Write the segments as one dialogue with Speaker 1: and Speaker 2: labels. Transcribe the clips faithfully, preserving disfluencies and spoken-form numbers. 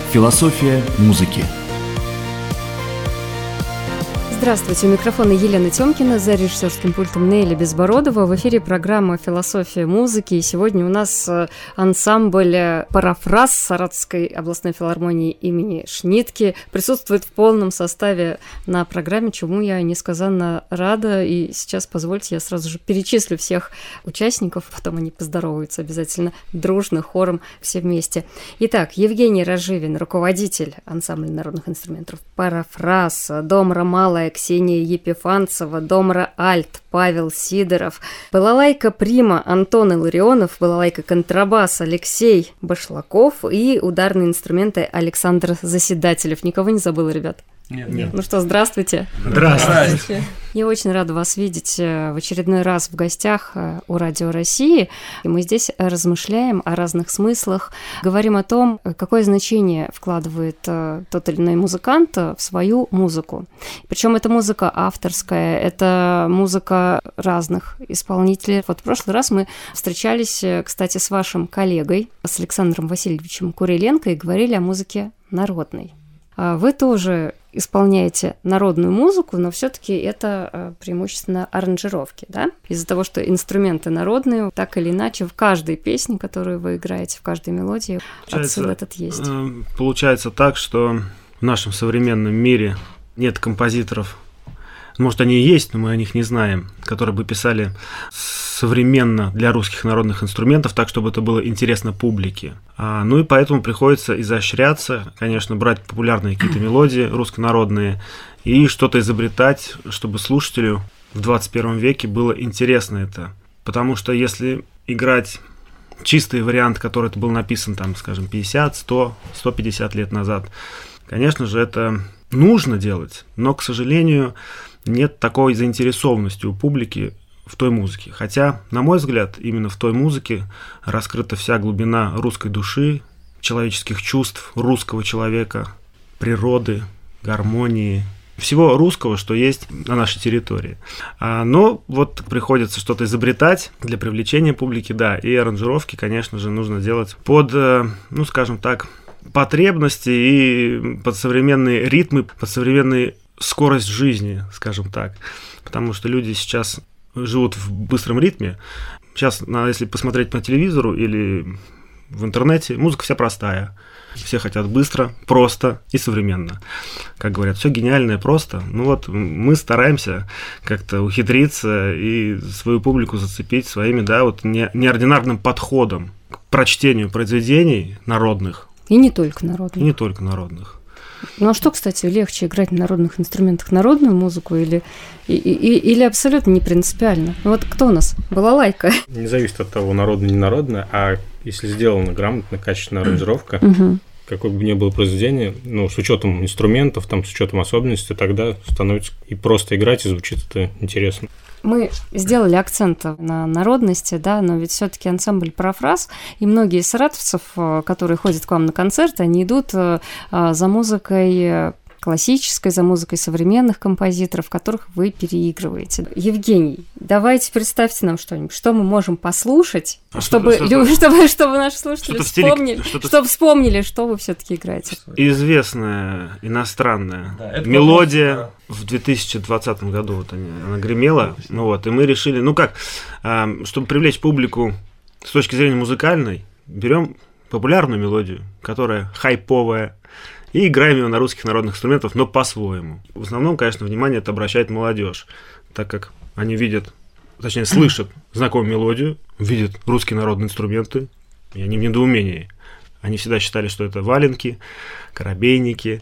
Speaker 1: Философия музыки.
Speaker 2: Здравствуйте, у микрофона Елена Тёмкина, за режиссерским пультом Нелли Безбородова. В эфире программа «Философия музыки». И сегодня у нас ансамбль «Парафраз» Саратовской областной филармонии имени Шнитке присутствует в полном составе на программе, чему я несказанно рада. И сейчас, позвольте, я сразу же перечислю всех участников, потом они поздороваются обязательно дружно, хором, все вместе. Итак, Евгений Разживин, руководитель ансамбля народных инструментов «Парафраз», Домра Малая, Ксения Епифанцева, Домра Альт, Павел Сидоров, балалайка Прима, Антон Илларионов, балалайка контрабас Алексей Башлаков и ударные инструменты Александр Заседателев. Никого не забыла, ребят?
Speaker 3: Нет, нет.
Speaker 2: Ну что, здравствуйте.
Speaker 3: Здравствуйте.
Speaker 2: Я очень рада вас видеть в очередной раз в гостях у Радио России. И мы здесь размышляем о разных смыслах, говорим о том, какое значение вкладывает тот или иной музыкант в свою музыку. Причем это музыка авторская, это музыка разных исполнителей. Вот в прошлый раз мы встречались, кстати, с вашим коллегой, с Александром Васильевичем Куриленко, и говорили о музыке народной. Вы тоже исполняете народную музыку, но все-таки это преимущественно аранжировки, да? Из-за того, что инструменты народные, так или иначе, в каждой песне, которую вы играете, в каждой мелодии, отсыл этот есть.
Speaker 3: Получается так, что в нашем современном мире нет композиторов, может, они и есть, но мы о них не знаем, которые бы писали современно для русских народных инструментов, так, чтобы это было интересно публике. А, ну и поэтому приходится изощряться, конечно, брать популярные какие-то мелодии руссконародные и что-то изобретать, чтобы слушателю в двадцать первом веке было интересно это. Потому что если играть чистый вариант, который был написан, там, скажем, пятьдесят, сто, сто пятьдесят лет назад, конечно же, это нужно делать, но, к сожалению, нет такой заинтересованности у публики в той музыке. Хотя, на мой взгляд, именно в той музыке раскрыта вся глубина русской души, человеческих чувств, русского человека, природы, гармонии, всего русского, что есть на нашей территории. А, но вот приходится что-то изобретать для привлечения публики, да, и аранжировки, конечно же, нужно делать под, ну, скажем так, потребности и под современные ритмы, под современные скорость жизни, скажем так, потому что люди сейчас живут в быстром ритме. Сейчас, если посмотреть по телевизору или в интернете, музыка вся простая. Все хотят быстро, просто и современно. Как говорят, все гениальное просто. Ну вот мы стараемся как-то ухитриться и свою публику зацепить своими, да, вот не, неординарным подходом к прочтению произведений народных.
Speaker 2: И не только народных.
Speaker 3: И не только народных.
Speaker 2: Ну а что, кстати, легче играть на народных инструментах, народную музыку или, и, и, или абсолютно не принципиально? Ну вот кто у нас? Балалайка.
Speaker 4: Не зависит от того, народное, не народное, а если сделана грамотно, качественная аранжировка,
Speaker 2: угу. Какое
Speaker 4: бы ни было произведение, ну, с учетом инструментов, там, с учетом особенностей, тогда становится и просто играть, и звучит это интересно.
Speaker 2: Мы сделали акцент на народности, да, но ведь все-таки ансамбль «Парафраз» и многие саратовцев, которые ходят к вам на концерты, они идут за музыкой классической, за музыкой современных композиторов, которых вы переигрываете. Евгений, давайте представьте нам что-нибудь, что мы можем послушать, а чтобы, что, что, чтобы, чтобы наши слушатели вспомнили, стиле, чтобы вспомнили, что вы все-таки играете.
Speaker 3: Известная иностранная да, мелодия в две тысячи двадцатом году вот они, она гремела, ну вот, и мы решили, ну как, чтобы привлечь публику с точки зрения музыкальной, берем популярную мелодию, которая хайповая, и играем ее на русских народных инструментах, но по-своему. В основном, конечно, внимание это обращает молодежь, так как они видят, точнее, слышат знакомую мелодию, видят русские народные инструменты, и они в недоумении. Они всегда считали, что это валенки, коробейники,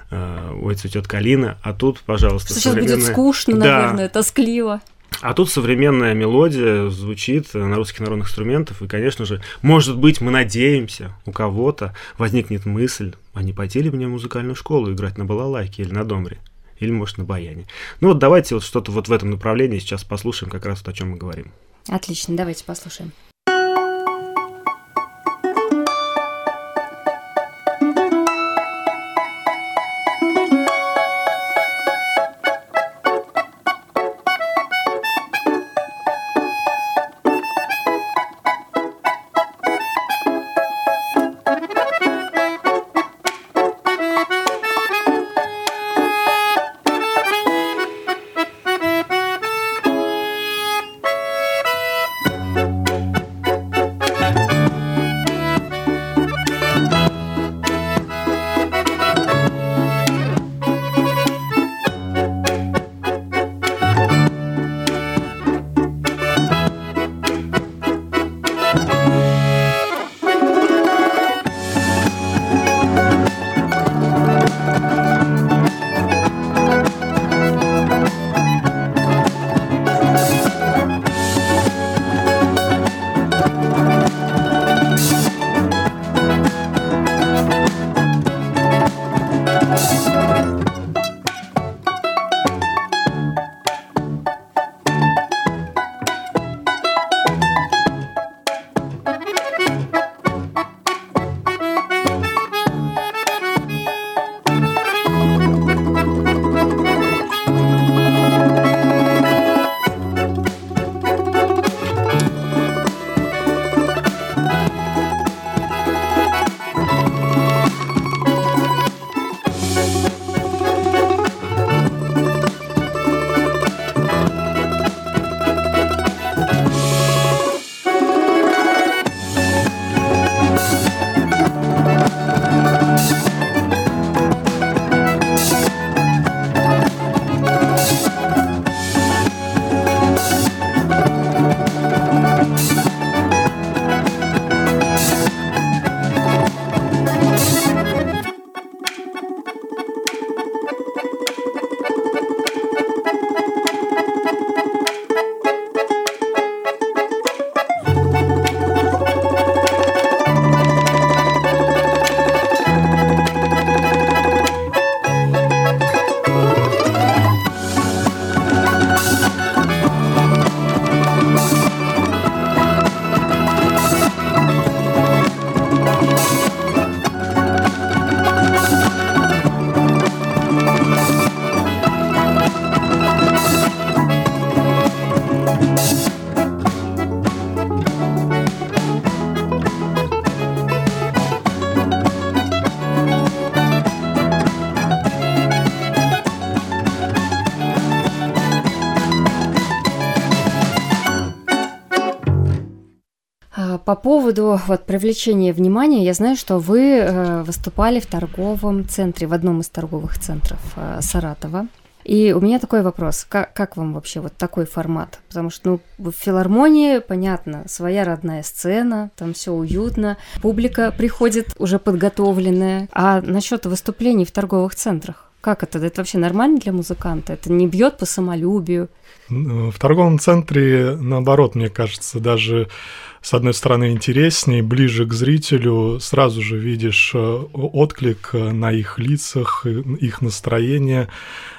Speaker 3: э, ой, цветет калина, а тут, пожалуйста,
Speaker 2: сейчас современная... будет скучно, да. Наверное, тоскливо.
Speaker 3: А тут современная мелодия звучит на русских народных инструментах, и, конечно же, может быть, мы надеемся, у кого-то возникнет мысль, а не пойти ли мне в музыкальную школу играть на балалайке или на домре, или, может, на баяне. Ну вот давайте вот что-то вот в этом направлении сейчас послушаем, как раз вот о чем мы говорим.
Speaker 2: Отлично, давайте послушаем. По поводу вот, привлечения внимания, я знаю, что вы выступали в торговом центре, в одном из торговых центров Саратова. И у меня такой вопрос, как, как вам вообще вот такой формат? Потому что, ну, в филармонии, понятно, своя родная сцена, там все уютно, публика приходит уже подготовленная. А насчет выступлений в торговых центрах, как это? Это вообще нормально для музыканта? Это не бьет по самолюбию?
Speaker 1: В торговом центре, наоборот, мне кажется, даже с одной стороны интереснее, ближе к зрителю, сразу же видишь отклик на их лицах, их настроение,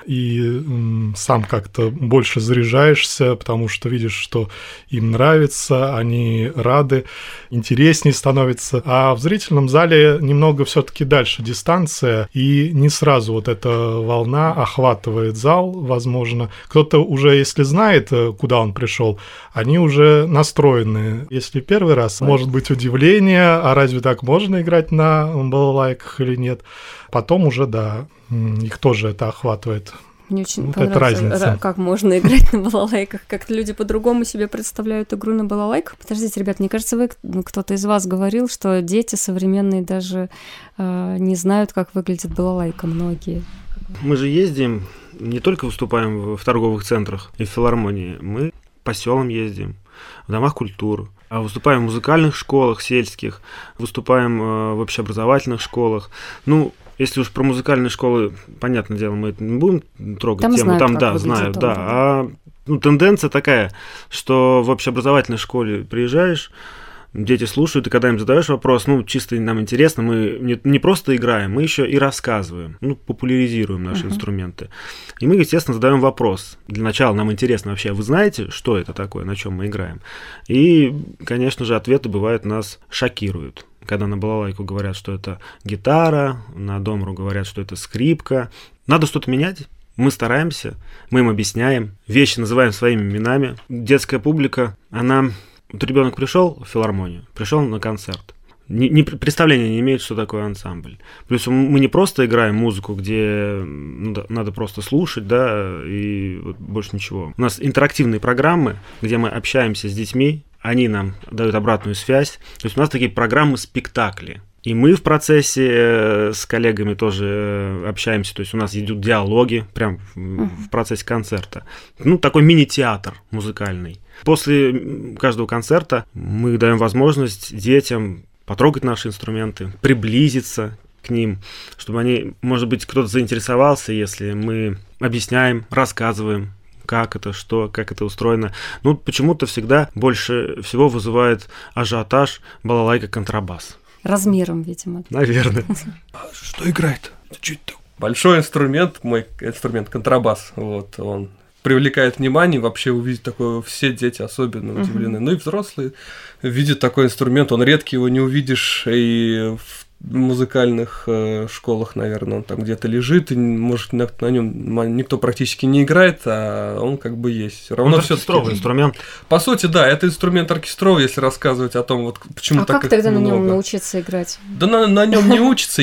Speaker 1: и сам как-то больше заряжаешься, потому что видишь, что им нравится, они рады, интереснее становится. А в зрительном зале немного все-таки дальше дистанция, и не сразу вот эта волна охватывает зал, возможно. Кто-то уже, если знает, куда он пришел, они уже настроены. Если первый раз, может быть удивление, а разве так можно играть на балалайках или нет? Потом уже, да, их тоже это охватывает.
Speaker 2: Мне очень
Speaker 1: вот
Speaker 2: понравилось,
Speaker 1: это разница.
Speaker 2: Как можно играть на балалайках. Как-то люди по-другому себе представляют игру на балалайках. Подождите, ребят, мне кажется, вы, ну, кто-то из вас говорил, что дети современные даже э, не знают, как выглядит балалайка, многие.
Speaker 3: Мы же ездим, не только выступаем в, в торговых центрах и в филармонии, мы по селам ездим, в домах культуры. А выступаем в музыкальных школах сельских, выступаем э, в общеобразовательных школах. Ну, если уж про музыкальные школы, понятное дело, мы это не будем трогать
Speaker 2: там
Speaker 3: тему.
Speaker 2: Знают,
Speaker 3: там, да, знают, да. А ну, тенденция такая, что в общеобразовательной школе приезжаешь, дети слушают, и когда им задаешь вопрос, ну, чисто нам интересно, мы не, не просто играем, мы еще и рассказываем, ну, популяризируем наши uh-huh. инструменты. И мы, естественно, задаем вопрос. Для начала нам интересно вообще, вы знаете, что это такое, на чем мы играем? И, конечно же, ответы бывают нас шокируют. Когда на балалайку говорят, что это гитара, на домру говорят, что это скрипка. Надо что-то менять. Мы стараемся, мы им объясняем, вещи называем своими именами. Детская публика, она... Вот ребенок пришел в филармонию, пришел на концерт. Не, не, представления не имеет, что такое ансамбль. Плюс мы не просто играем музыку, где ну, да, надо просто слушать, да, и вот больше ничего. У нас интерактивные программы, где мы общаемся с детьми, они нам дают обратную связь. То есть у нас такие программы-спектакли. И мы в процессе с коллегами тоже общаемся, то есть у нас идут диалоги прям в процессе концерта. Ну, такой мини-театр музыкальный. После каждого концерта мы даем возможность детям потрогать наши инструменты, приблизиться к ним, чтобы они, может быть, кто-то заинтересовался, если мы объясняем, рассказываем, как это, что, как это устроено. Ну, почему-то всегда больше всего вызывает ажиотаж балалайка-контрабас.
Speaker 2: Размером, видимо.
Speaker 3: Наверное.
Speaker 1: А что играет? Чуть-чуть.
Speaker 5: Большой инструмент, мой инструмент контрабас, вот, он привлекает внимание, вообще увидеть такое, все дети особенно удивлены, uh-huh. ну и взрослые видят такой инструмент, он редкий, его не увидишь и в музыкальных э, школах, наверное, он там где-то лежит, и, может, на, на нем никто практически не играет, а он как бы есть. Все равно все
Speaker 3: оркестровый инструмент.
Speaker 5: По сути, да, это инструмент оркестровый, если рассказывать о том, вот почему
Speaker 2: а
Speaker 5: так
Speaker 2: как тогда
Speaker 5: много.
Speaker 2: На нем научиться играть?
Speaker 5: Да на, на нем не учится.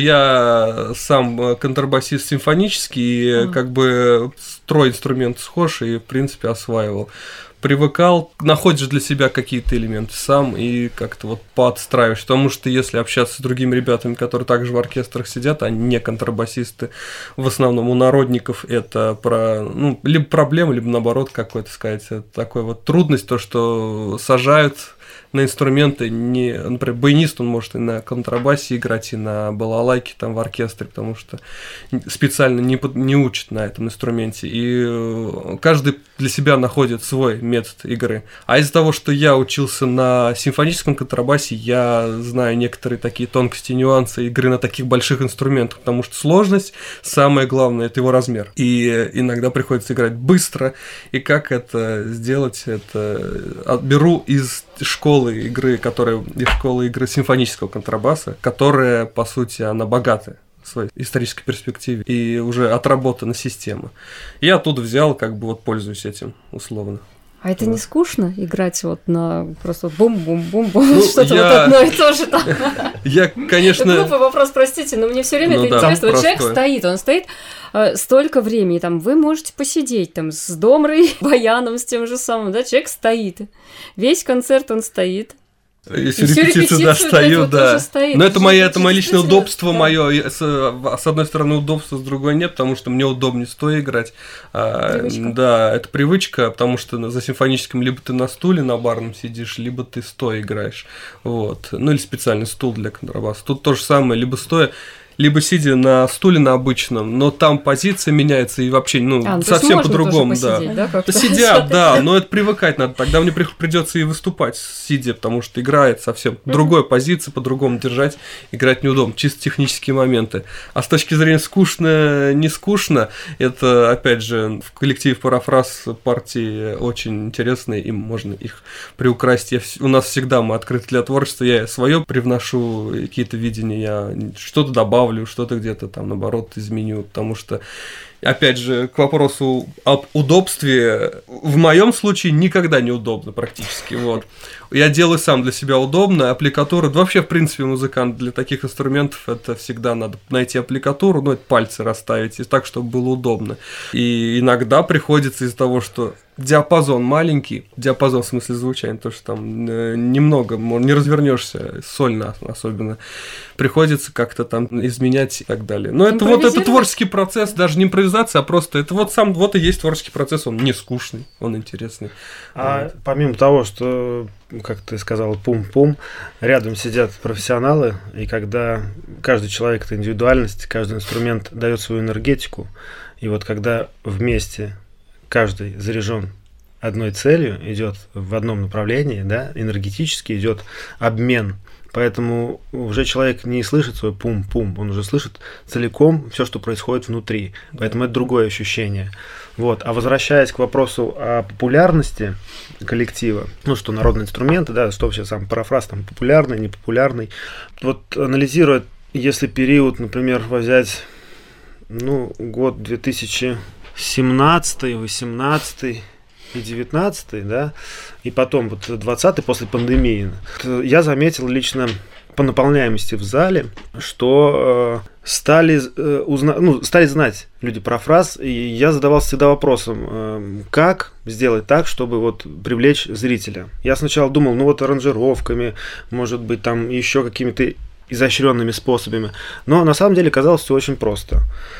Speaker 5: Я сам контрабасист симфонический, и а. как бы строй инструмент схож, и в принципе осваивал. Привыкал, находишь для себя какие-то элементы сам и как-то вот подстраиваешь. Потому что если общаться с другими ребятами, которые также в оркестрах сидят, они не контрабасисты, в основном у народников это про, ну, либо проблема, либо наоборот какой-то, сказать, это такой вот трудность, то, что сажают на инструменты, не, например, баянист, он может и на контрабасе играть, и на балалайке там в оркестре, потому что специально не, не учат на этом инструменте, и каждый для себя находит свой метод игры. А из-за того, что я учился на симфоническом контрабасе, я знаю некоторые такие тонкости, нюансы игры на таких больших инструментах, потому что сложность, самое главное, это его размер. И иногда приходится играть быстро, и как это сделать, это беру из школы игры, которая из школы игры симфонического контрабаса, которая, по сути, она богатая в своей исторической перспективе и уже отработана система. И я оттуда взял, как бы вот пользуюсь этим условно.
Speaker 2: А это да. не скучно играть вот на просто бум-бум-бум-бум, ну, что-то я... вот одно и то же там?
Speaker 5: Я, конечно...
Speaker 2: Это глупый вопрос, простите, но мне все время ну, это да, интересно. Вот человек стоит, он стоит э, столько времени, там, вы можете посидеть там с домрой, баяном, с тем же самым, да, человек стоит. Весь концерт он стоит.
Speaker 5: Если репетицию, да, стою, да. Но это мое, это мое личное удобство,
Speaker 2: да.
Speaker 5: мое, с, с одной стороны, удобство, с другой нет, потому что мне удобнее стоя играть.
Speaker 2: Привычка.
Speaker 5: А, да, это привычка, потому что за симфоническим либо ты на стуле на барном сидишь, либо ты стоя играешь. Вот. Ну или специальный стул для контрабаса. Тут то же самое, либо стоя, либо сидя на стуле на обычном, но там позиция меняется и вообще, ну,
Speaker 2: а, ну,
Speaker 5: совсем по-другому, да.
Speaker 2: да
Speaker 5: Посидя, да, но это привыкать надо. Тогда мне придется и выступать сидя, потому что играет совсем mm-hmm. другой позиции, по-другому держать, играть неудобно, чисто технические моменты. А с точки зрения скучно, не скучно, это, опять же, в коллективе парафраз партии очень интересные, им можно их приукрасить. Я, у нас всегда мы открыты для творчества, я свое привношу, какие-то видения, я что-то добавлю, что-то где-то там, наоборот, изменю, потому что, опять же, к вопросу об удобстве, в моем случае никогда не удобно практически, вот. Я делаю сам для себя удобно, аппликатура, да вообще, в принципе, музыкант для таких инструментов, это всегда надо найти аппликатуру, ну, это пальцы расставить, и так, чтобы было удобно. И иногда приходится из-за того, что диапазон маленький, диапазон в смысле звучания, то, что там немного, не развернешься, сольно особенно, приходится как-то там изменять и так далее. Но это вот это творческий процесс, даже не импровизация, а просто это вот сам, вот и есть творческий процесс, он не скучный, он интересный.
Speaker 3: А
Speaker 5: вот.
Speaker 3: Помимо того, что, как ты сказал, пум-пум, рядом сидят профессионалы, и когда каждый человек – это индивидуальность, каждый инструмент дает свою энергетику, и вот когда вместе каждый заряжен одной целью, идет в одном направлении, да, энергетически идет обмен. Поэтому уже человек не слышит свой пум-пум, он уже слышит целиком все, что происходит внутри. Поэтому это другое ощущение. Вот. А возвращаясь к вопросу о популярности коллектива, ну, что народные инструменты, да, что вообще сам парафраз, там, популярный, непопулярный. Вот анализируя, если период, например, взять, ну, год две тысячи семнадцатый, восемнадцатый и девятнадцатый, да, и потом вот двадцатый после пандемии, я заметил лично по наполняемости в зале, что э, стали, э, узна... ну, стали знать люди парафраз, и я задавался всегда вопросом, э, как сделать так, чтобы вот привлечь зрителя. Я сначала думал, ну вот аранжировками, может быть, там еще какими-то изощренными способами, но на самом деле казалось все очень просто.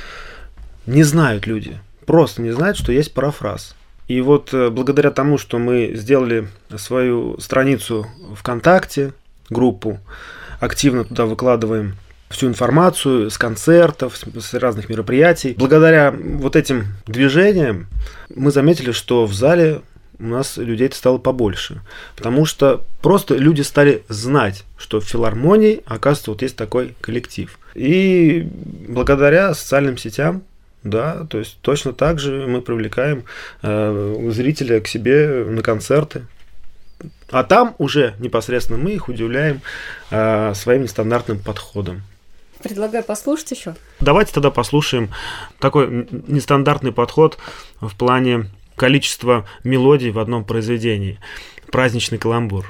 Speaker 3: Не знают люди, просто не знают, что есть парафраз. И вот благодаря тому, что мы сделали свою страницу ВКонтакте, группу, активно туда выкладываем всю информацию с концертов, с разных мероприятий. Благодаря вот этим движениям мы заметили, что в зале у нас людей-то стало побольше. Потому что просто люди стали знать, что в филармонии, оказывается, вот есть такой коллектив. И благодаря социальным сетям, да, то есть точно так же мы привлекаем э, зрителя к себе на концерты. А там уже непосредственно мы их удивляем э, своим нестандартным подходом.
Speaker 2: Предлагаю послушать еще.
Speaker 3: Давайте тогда послушаем такой нестандартный подход в плане количества мелодий в одном произведении. Праздничный каламбур.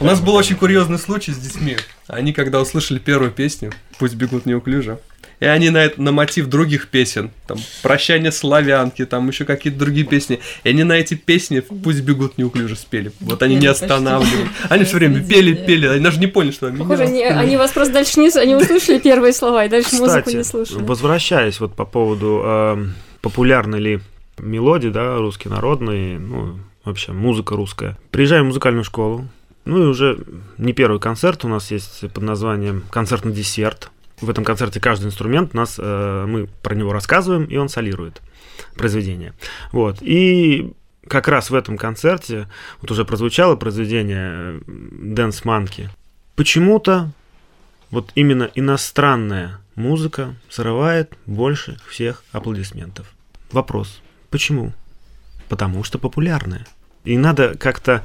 Speaker 5: нас был очень курьезный случай с детьми. Они, когда услышали первую песню «Пусть бегут неуклюже», и они на, это, на мотив других песен, там «Прощание славянки», там еще какие-то другие песни, и они на эти песни «Пусть бегут неуклюже» спели. Вот они не останавливались. Они все время пели, пели, они даже не поняли, что они
Speaker 2: Похоже, они, они вас просто дальше не... Они услышали первые слова, и дальше
Speaker 3: Кстати,
Speaker 2: музыку не слушали.
Speaker 3: Возвращаясь вот по поводу э, популярной ли мелодии, да, русские народные, ну, вообще музыка русская. Приезжаем в музыкальную школу, ну и уже не первый концерт у нас есть под названием «Концертный десерт». В этом концерте каждый инструмент, у нас, э, мы про него рассказываем, и он солирует произведение. Вот. И как раз в этом концерте вот уже прозвучало произведение «Dance Monkey». Почему-то вот именно иностранная музыка срывает больше всех аплодисментов. Вопрос: почему? Потому что популярная. И надо как-то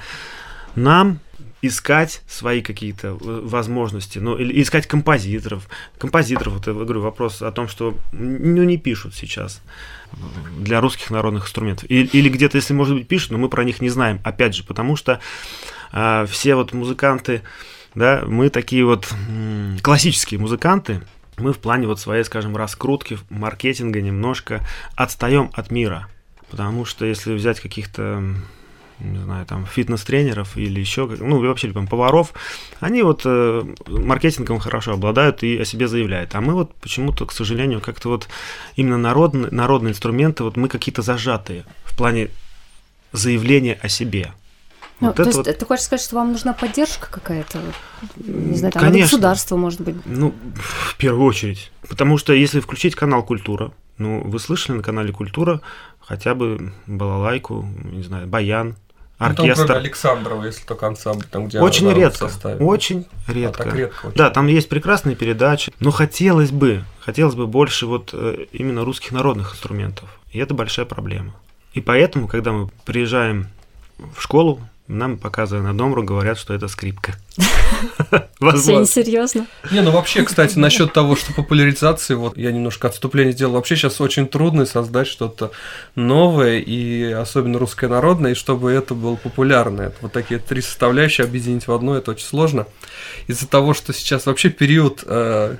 Speaker 3: нам искать свои какие-то возможности, ну, или искать композиторов. Композиторов, вот я говорю, вопрос о том, что ну, не пишут сейчас для русских народных инструментов. Или, или где-то, если, может быть, пишут, но мы про них не знаем. Опять же, потому что э, все вот музыканты, да, мы такие вот м- классические музыканты, мы в плане вот своей, скажем, раскрутки, маркетинга немножко отстаем от мира. Потому что если взять каких-то, не знаю, там, фитнес-тренеров или еще, ну, вообще, там, поваров, они вот э, маркетингом хорошо обладают и о себе заявляют. А мы вот почему-то, к сожалению, как-то вот именно народные, народные инструменты, вот мы какие-то зажатые в плане заявления о себе.
Speaker 2: Ну,
Speaker 3: вот
Speaker 2: то
Speaker 3: это
Speaker 2: есть
Speaker 3: вот...
Speaker 2: ты хочешь сказать, что вам нужна поддержка какая-то? Не знаю, там,
Speaker 3: Конечно.
Speaker 2: Государство, может быть?
Speaker 3: Ну, в первую очередь. Потому что если включить канал «Культура», ну, вы слышали на канале «Культура» хотя бы балалайку, не знаю, баян, оркестр.
Speaker 5: Ну, там, Александрова, если только ансамбль, там, где
Speaker 3: очень редко,
Speaker 5: составе.
Speaker 3: очень редко.
Speaker 5: А, так редко очень.
Speaker 3: Да, там есть прекрасные передачи, но хотелось бы, хотелось бы больше вот именно русских народных инструментов, и это большая проблема. И поэтому, когда мы приезжаем в школу, нам, показывая на домру, говорят, что это скрипка.
Speaker 2: Все несерьезно.
Speaker 5: Не, ну вообще, кстати, насчет того, что популяризации, вот я немножко отступление сделал, вообще сейчас очень трудно создать что-то новое, и особенно русское народное, и чтобы это было популярное. Вот такие три составляющие объединить в одно, это очень сложно. Из-за того, что сейчас вообще период, э,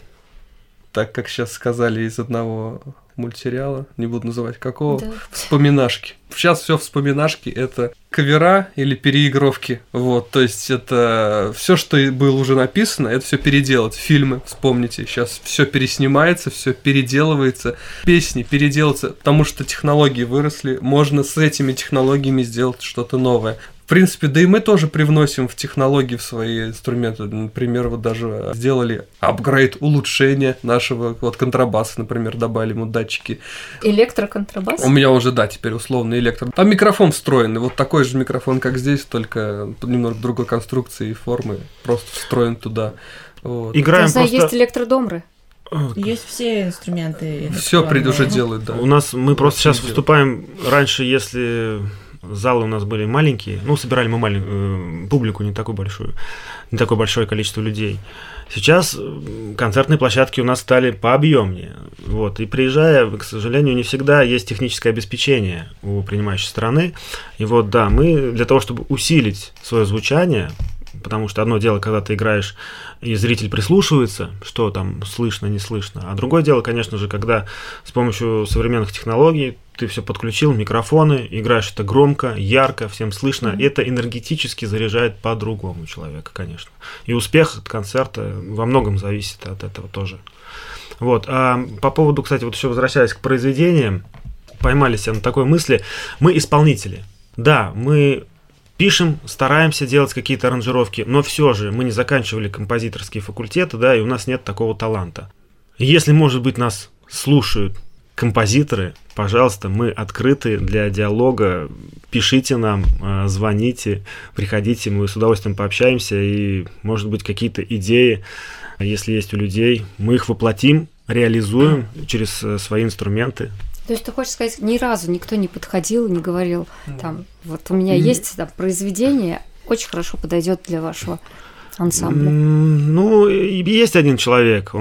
Speaker 5: так как сейчас сказали из одного мультсериала, не буду называть какого, да. Вспоминашки. Сейчас все вспоминашки — это кавера или переигровки. Вот, то есть это все, что было уже написано, это все переделать. Фильмы, вспомните, сейчас все переснимается, все переделывается, песни переделываются, потому что технологии выросли, можно с этими технологиями сделать что-то новое. В принципе, да и мы тоже привносим в технологии в свои инструменты. Например, вот даже сделали апгрейд, улучшение нашего вот контрабаса, например, добавили ему датчики.
Speaker 2: Электроконтрабас? У
Speaker 5: меня уже, да, теперь условный электро. Там микрофон встроенный, вот такой же микрофон, как здесь, только немного другой конструкции и формы, просто встроен туда. Вот.
Speaker 3: Играем
Speaker 2: просто... есть электродомры.
Speaker 6: Есть все инструменты.
Speaker 5: Все уже делают, да.
Speaker 3: У нас мы просто сейчас выступаем раньше, если... Залы у нас были маленькие, ну, собирали мы маленькую публику, не такую большую, не такое большое количество людей. Сейчас концертные площадки у нас стали пообъемнее. Вот. И приезжая, к сожалению, не всегда есть техническое обеспечение у принимающей стороны. И вот, да, мы для того, чтобы усилить свое звучание, потому что одно дело, когда ты играешь, и зритель прислушивается, что там слышно, не слышно. А другое дело, конечно же, когда с помощью современных технологий ты все подключил, микрофоны, играешь это громко, ярко, всем слышно. Mm-hmm. Это энергетически заряжает по-другому человека, конечно. И успех концерта во многом зависит от этого тоже. Вот. А по поводу, кстати, вот еще возвращаясь к произведениям, поймали себя на такой мысли. Мы исполнители. Да, мы пишем, стараемся делать какие-то аранжировки, но все же мы не заканчивали композиторские факультеты, да, и у нас нет такого таланта. Если, может быть, нас слушают композиторы, пожалуйста, мы открыты для диалога, пишите нам, звоните, приходите, мы с удовольствием пообщаемся, и, может быть, какие-то идеи, если есть у людей, мы их воплотим, реализуем через свои инструменты.
Speaker 2: То есть ты хочешь сказать, ни разу никто не подходил, не говорил, там, вот у меня есть там произведение, очень хорошо подойдет для вашего ансамбля?
Speaker 3: Ну, есть один человек,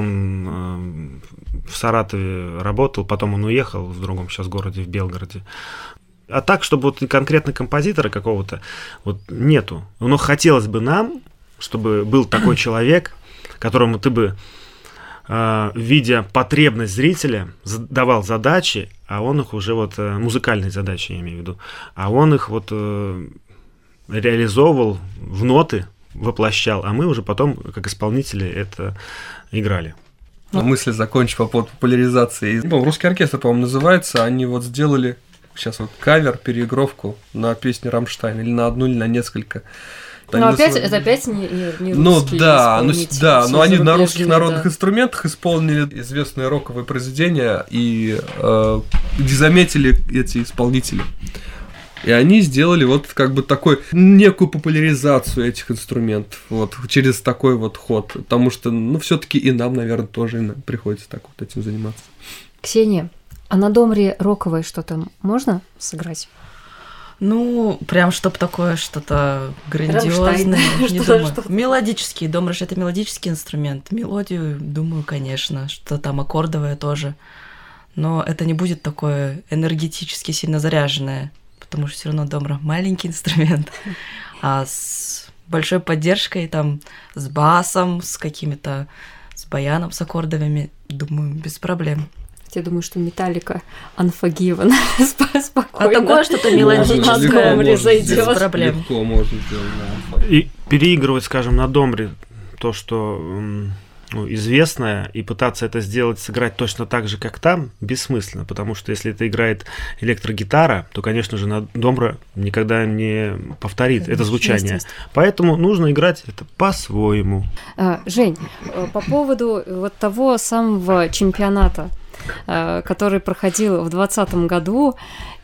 Speaker 3: он в Саратове работал, потом он уехал в другом сейчас городе, в Белгороде. А так, чтобы вот конкретно композитора какого-то вот нету. Но хотелось бы нам, чтобы был такой человек, которому ты бы, видя потребность зрителя, давал задачи, а он их уже вот, музыкальные задачи, я имею в виду, а он их вот реализовывал в ноты, воплощал, а мы уже потом, как исполнители, это играли.
Speaker 5: Ну, мысль закончу по поводу популяризации. Ну, русский оркестр, по-моему, называется. Они вот сделали сейчас вот кавер, переигровку на песню «Рамштайн», или на одну, или на несколько.
Speaker 2: Но опять, это опять не, не, не
Speaker 5: ну,
Speaker 2: русские
Speaker 5: да, ну, да, но они на русских
Speaker 2: да.
Speaker 5: народных инструментах исполнили известные роковые произведения и э, не заметили эти исполнители. И они сделали вот как бы такой, некую популяризацию этих инструментов, вот, через такой вот ход, потому что, ну, все-таки и нам, наверное, тоже приходится так вот этим заниматься.
Speaker 2: Ксения, а на домре роковое что-то можно сыграть?
Speaker 6: Ну, прям чтоб такое что-то грандиозное, не думаю. Мелодический, домра же это мелодический инструмент, мелодию, думаю, конечно, что там аккордовое тоже, но это не будет такое энергетически сильно заряженное. Потому что все равно домра маленький инструмент, а с большой поддержкой, там, с басом, с какими-то, с баяном, с аккордовыми, думаю, без проблем.
Speaker 2: Я думаю, что Металлика Unforgiven спокойно.
Speaker 6: А такое что-то мелодическое без проблем.
Speaker 5: Легко можно сделать.
Speaker 3: И переигрывать, скажем, на домре то, что ну, известное, и пытаться это сделать, сыграть точно так же, как там, бессмысленно, потому что если это играет электрогитара, то, конечно же, на домбра никогда не повторит это звучание. Поэтому нужно играть это по-своему.
Speaker 2: А, Жень, по поводу вот того самого чемпионата, который проходил в двадцатом году,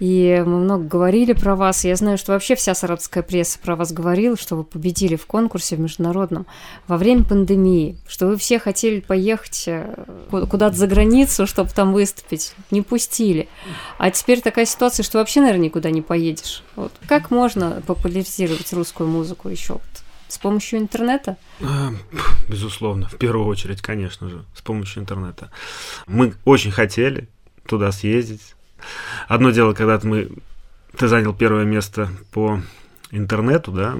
Speaker 2: и мы много говорили про вас. Я знаю, что вообще вся саратовская пресса про вас говорила, что вы победили в конкурсе в международном во время пандемии, что вы все хотели поехать куда-то за границу, чтобы там выступить, не пустили. А теперь такая ситуация, что вообще, наверное, никуда не поедешь. Вот. Как можно популяризировать русскую музыку еще? Вот. С помощью интернета?
Speaker 3: Безусловно, в первую очередь, конечно же, с помощью интернета. Мы очень хотели туда съездить. Одно дело, когда мы, ты занял первое место по интернету, да,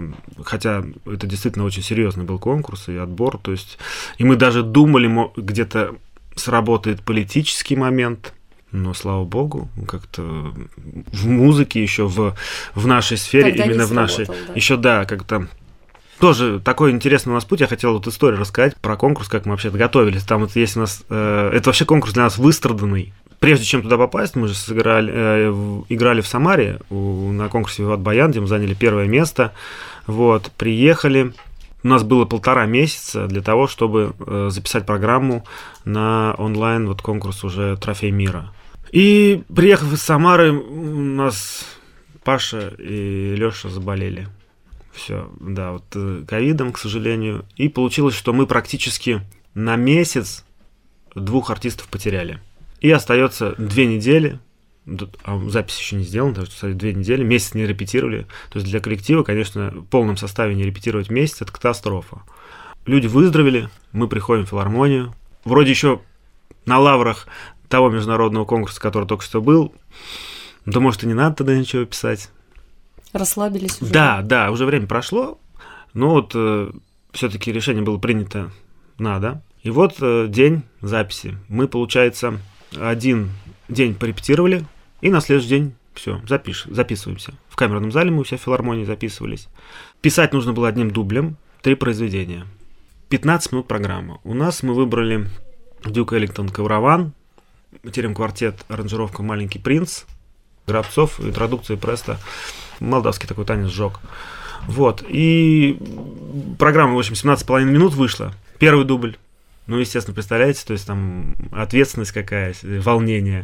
Speaker 3: хотя это действительно очень серьезный был конкурс и отбор, то есть, и мы даже думали, где-то сработает политический момент, но, слава богу, как-то в музыке еще, в, в нашей сфере,
Speaker 2: тогда
Speaker 3: именно в нашей, да. еще, да, как-то тоже такой интересный у нас путь. Я хотел вот историю рассказать про конкурс, как мы вообще готовились. Там вот есть у нас... Э, это вообще конкурс для нас выстраданный. Прежде чем туда попасть, мы же сыграли, э, в, играли в Самаре у, на конкурсе «Виват Баян», где мы заняли первое место. Вот, приехали. У нас было полтора месяца для того, чтобы э, записать программу на онлайн вот конкурс уже «Трофей мира». И приехав из Самары, у нас Паша и Лёша заболели. Все, да, вот ковидом, к сожалению. И получилось, что мы практически на месяц двух артистов потеряли. И остается две недели, а запись еще не сделана, так что две недели, месяц не репетировали. То есть для коллектива, конечно, в полном составе не репетировать месяц – это катастрофа. Люди выздоровели, мы приходим в филармонию. Вроде еще на лаврах того международного конкурса, который только что был, да, может, и не надо тогда ничего писать.
Speaker 2: Расслабились уже?
Speaker 3: Да, да, уже время прошло, но вот э, все-таки решение было принято надо. И вот э, день записи. Мы, получается, один день порепетировали, и на следующий день все, запиш, записываемся. В камерном зале мы у себя в филармонии записывались. Писать нужно было одним дублем, три произведения. пятнадцать минут программа. У нас мы выбрали Дюк Эллингтон Кавраван, терем-квартет, аранжировка «Маленький принц», Грабцов, интродукция Преста, молдавский такой танец «Жог». Вот, и программа, в общем, семнадцать с половиной минут вышла, первый дубль. Ну, естественно, представляете, то есть там ответственность какая, волнение.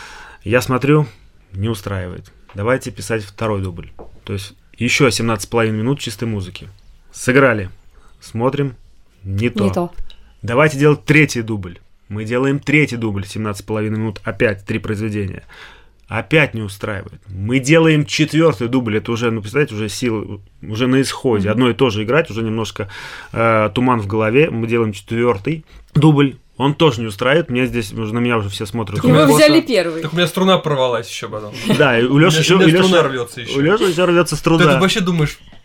Speaker 3: Я смотрю, не устраивает. Давайте писать второй дубль. То есть еще семнадцать с половиной минут чистой музыки. Сыграли, смотрим, не то.
Speaker 2: Не то.
Speaker 3: Давайте делать третий дубль. Мы делаем третий дубль, семнадцать с половиной минут, опять три произведения. Опять не устраивает. Мы делаем четвертый дубль. Это уже, ну, представляете, уже силы, уже на исходе. Mm-hmm. Одно и то же играть, уже немножко э, туман в голове. Мы делаем четвертый дубль. Он тоже не устраивает. Мне здесь, уже на меня уже все смотрят.
Speaker 2: И вы взяли первый.
Speaker 5: Так у меня струна порвалась еще потом.
Speaker 3: Да, и у Лёши еще...
Speaker 5: У меня струна рвется еще.
Speaker 3: У Лёши еще рвется струна.
Speaker 5: Ты вообще думаешь...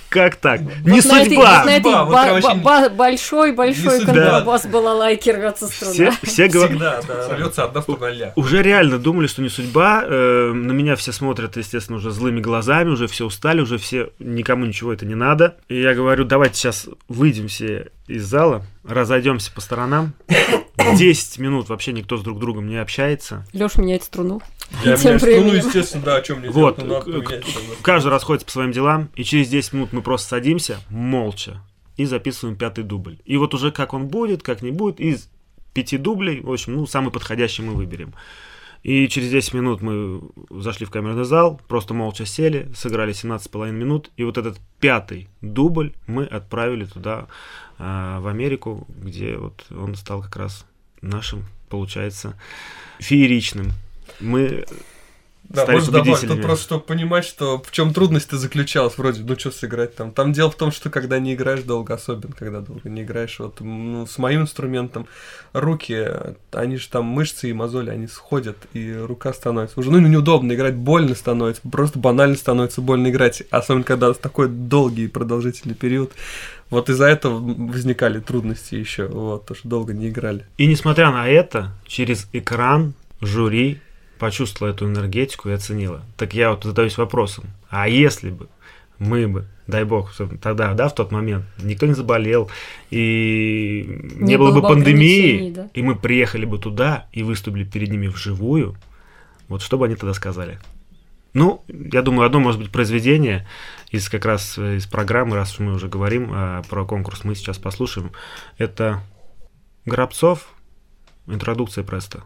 Speaker 3: как так?
Speaker 2: Вот
Speaker 3: не
Speaker 2: судьба!
Speaker 3: Этой,
Speaker 2: вот на этой
Speaker 5: ба-
Speaker 2: ба- ба- ба- большой-большой контрабас балалайки рвется струна.
Speaker 3: Все, все говор...
Speaker 5: Всегда, да, рвется одна струна ля.
Speaker 3: Уже реально думали, что не судьба. Э, на меня все смотрят, естественно, уже злыми глазами, уже все устали, уже все, никому ничего это не надо. И я говорю, давайте сейчас выйдем все из зала, разойдемся по сторонам. десять минут вообще никто с друг другом не общается.
Speaker 2: Лёш меняет струну.
Speaker 5: Я
Speaker 2: Тем
Speaker 5: меняю струну,
Speaker 2: временем.
Speaker 5: естественно, да, о чем мне
Speaker 3: Вот,
Speaker 5: делать, ну, надо поменять что-то.
Speaker 3: каждый расходится по своим делам, и через десять минут мы просто садимся молча и записываем пятый дубль. И вот уже как он будет, как не будет, из пяти дублей, в общем, ну, самый подходящий мы выберем. И через десять минут мы зашли в камерный зал, просто молча сели, сыграли семнадцать с половиной минут, и вот этот пятый дубль мы отправили туда, э, в Америку, где вот он стал как раз нашим, получается, фееричным. Мы
Speaker 5: Да,
Speaker 3: стали
Speaker 5: можно добавить,
Speaker 3: победителями.
Speaker 5: тут просто, чтобы понимать, что в чем трудность-то заключалась, вроде, ну что сыграть там. Там дело в том, что когда не играешь долго, особенно когда долго не играешь, вот ну, с моим инструментом руки, они же там мышцы и мозоли, они сходят, и рука становится уже, ну неудобно играть, больно становится, просто банально становится больно играть, особенно когда такой долгий и продолжительный период. Вот из-за этого возникали трудности еще, вот, потому что долго не играли.
Speaker 3: И несмотря на это, через экран жюри почувствовала эту энергетику и оценила. Так я вот задаюсь вопросом, а если бы мы бы, дай бог, тогда, да, в тот момент никто не заболел, и не, не было, было бы пандемии, да? И мы приехали бы туда и выступили перед ними вживую, вот что бы они тогда сказали? Ну, я думаю, одно, может быть, произведение из как раз из программы, раз уж мы уже говорим а, про конкурс, мы сейчас послушаем. Это Горобцов, интродукция Престо.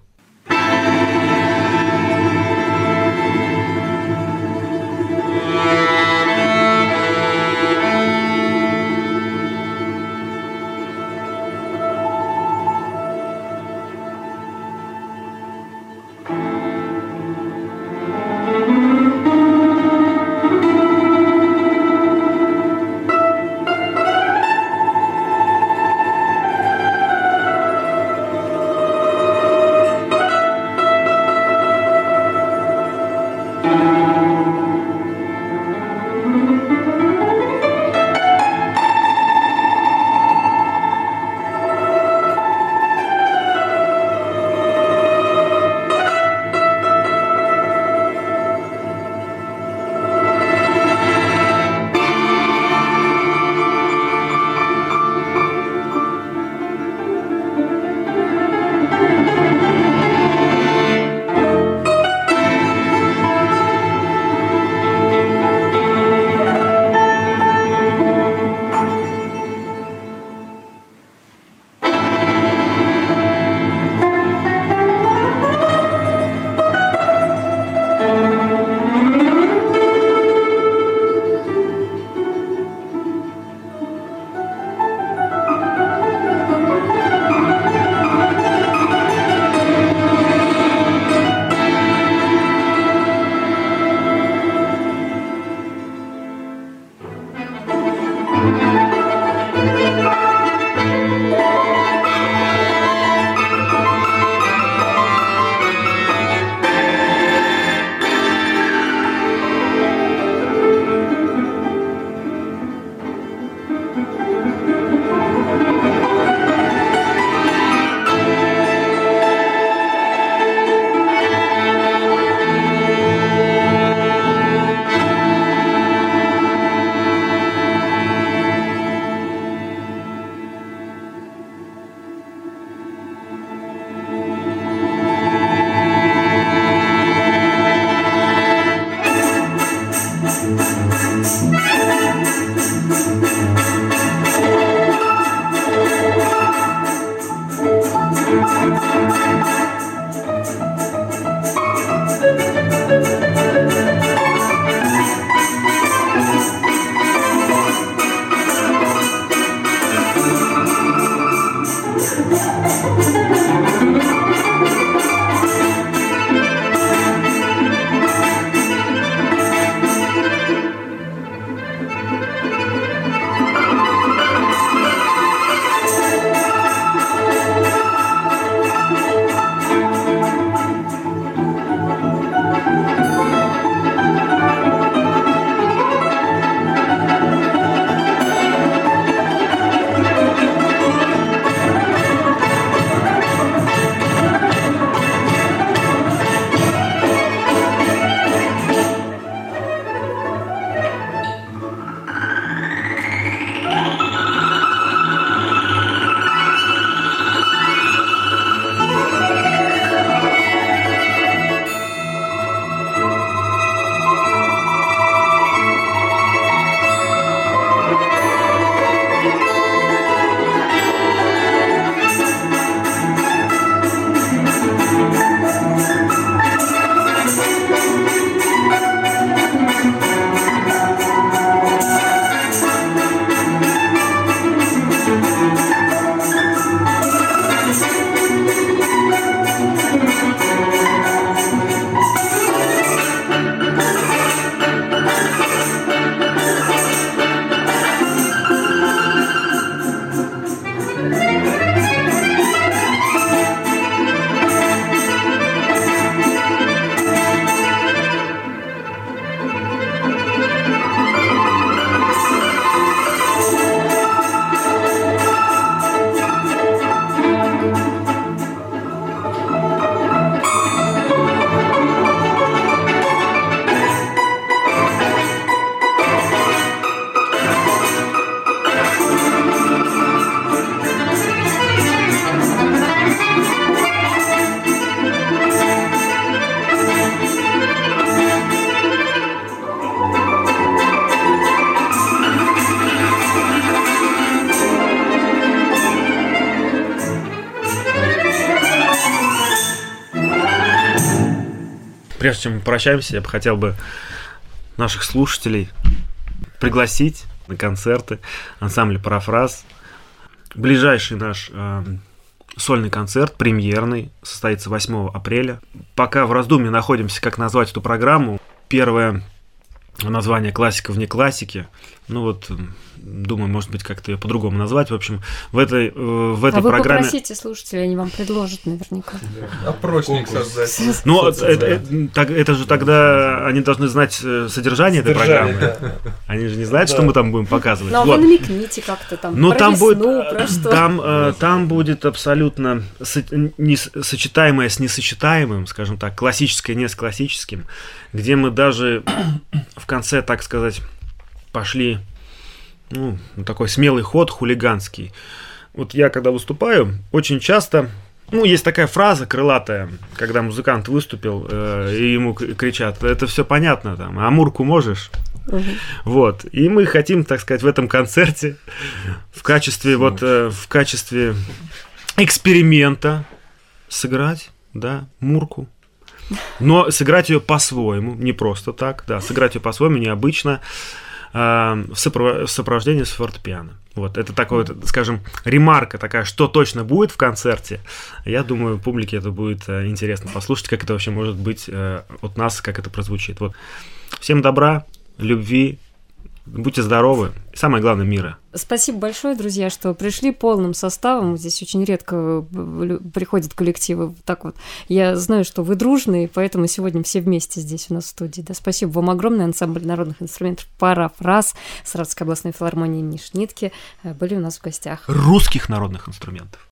Speaker 3: прежде чем мы прощаемся, я бы хотел бы наших слушателей пригласить на концерты ансамбля «Парафраз». Ближайший наш э, сольный концерт, премьерный, состоится восьмого апреля. Пока в раздумье находимся, как назвать эту программу. Первое название «Классика вне классики». Ну вот, думаю, может быть, как-то ее по-другому назвать. В общем, в этой, в этой
Speaker 2: а вы
Speaker 3: программе...
Speaker 2: попросите слушателей, они вам предложат наверняка.
Speaker 5: Опросник создать.
Speaker 3: Ну, это, это, это же тогда они должны знать содержание этой программы. Да. Они же не знают, да. что мы там будем показывать.
Speaker 2: Ну, а
Speaker 3: вот.
Speaker 2: вы намекните как-то там,
Speaker 3: ну,
Speaker 2: про
Speaker 3: там
Speaker 2: весну,
Speaker 3: будет,
Speaker 2: про что.
Speaker 3: Там, э, там будет абсолютно со, не, сочетаемое с несочетаемым, скажем так, классическое не с классическим, где мы даже в конце, так сказать, пошли, ну, такой смелый ход хулиганский. Вот я, когда выступаю, очень часто, ну, есть такая фраза крылатая, когда музыкант выступил, э, и ему кричат, это все понятно, там, Амурку можешь? Угу. Вот, и мы хотим, так сказать, в этом концерте в качестве, вот, э, в качестве эксперимента сыграть, да, Мурку. Но сыграть ее по-своему, не просто так, да, сыграть ее по-своему, необычно, э, в, сопро- в сопровождении с фортепиано. Вот, это такое, скажем, ремарка такая, что точно будет в концерте. Я думаю, публике это будет э, интересно послушать, как это вообще может быть э, от нас, как это прозвучит. Вот. Всем добра, любви, будьте здоровы, и самое главное, мира.
Speaker 2: Спасибо большое, друзья, что пришли полным составом. Здесь очень редко приходят коллективы вот так вот. Я знаю, что вы дружные, поэтому сегодня все вместе здесь у нас в студии. Да, спасибо вам огромное. Ансамбль народных инструментов «Парафраз» Саратовской областной филармонии имени Шнитке были у нас в гостях.
Speaker 3: Русских народных инструментов.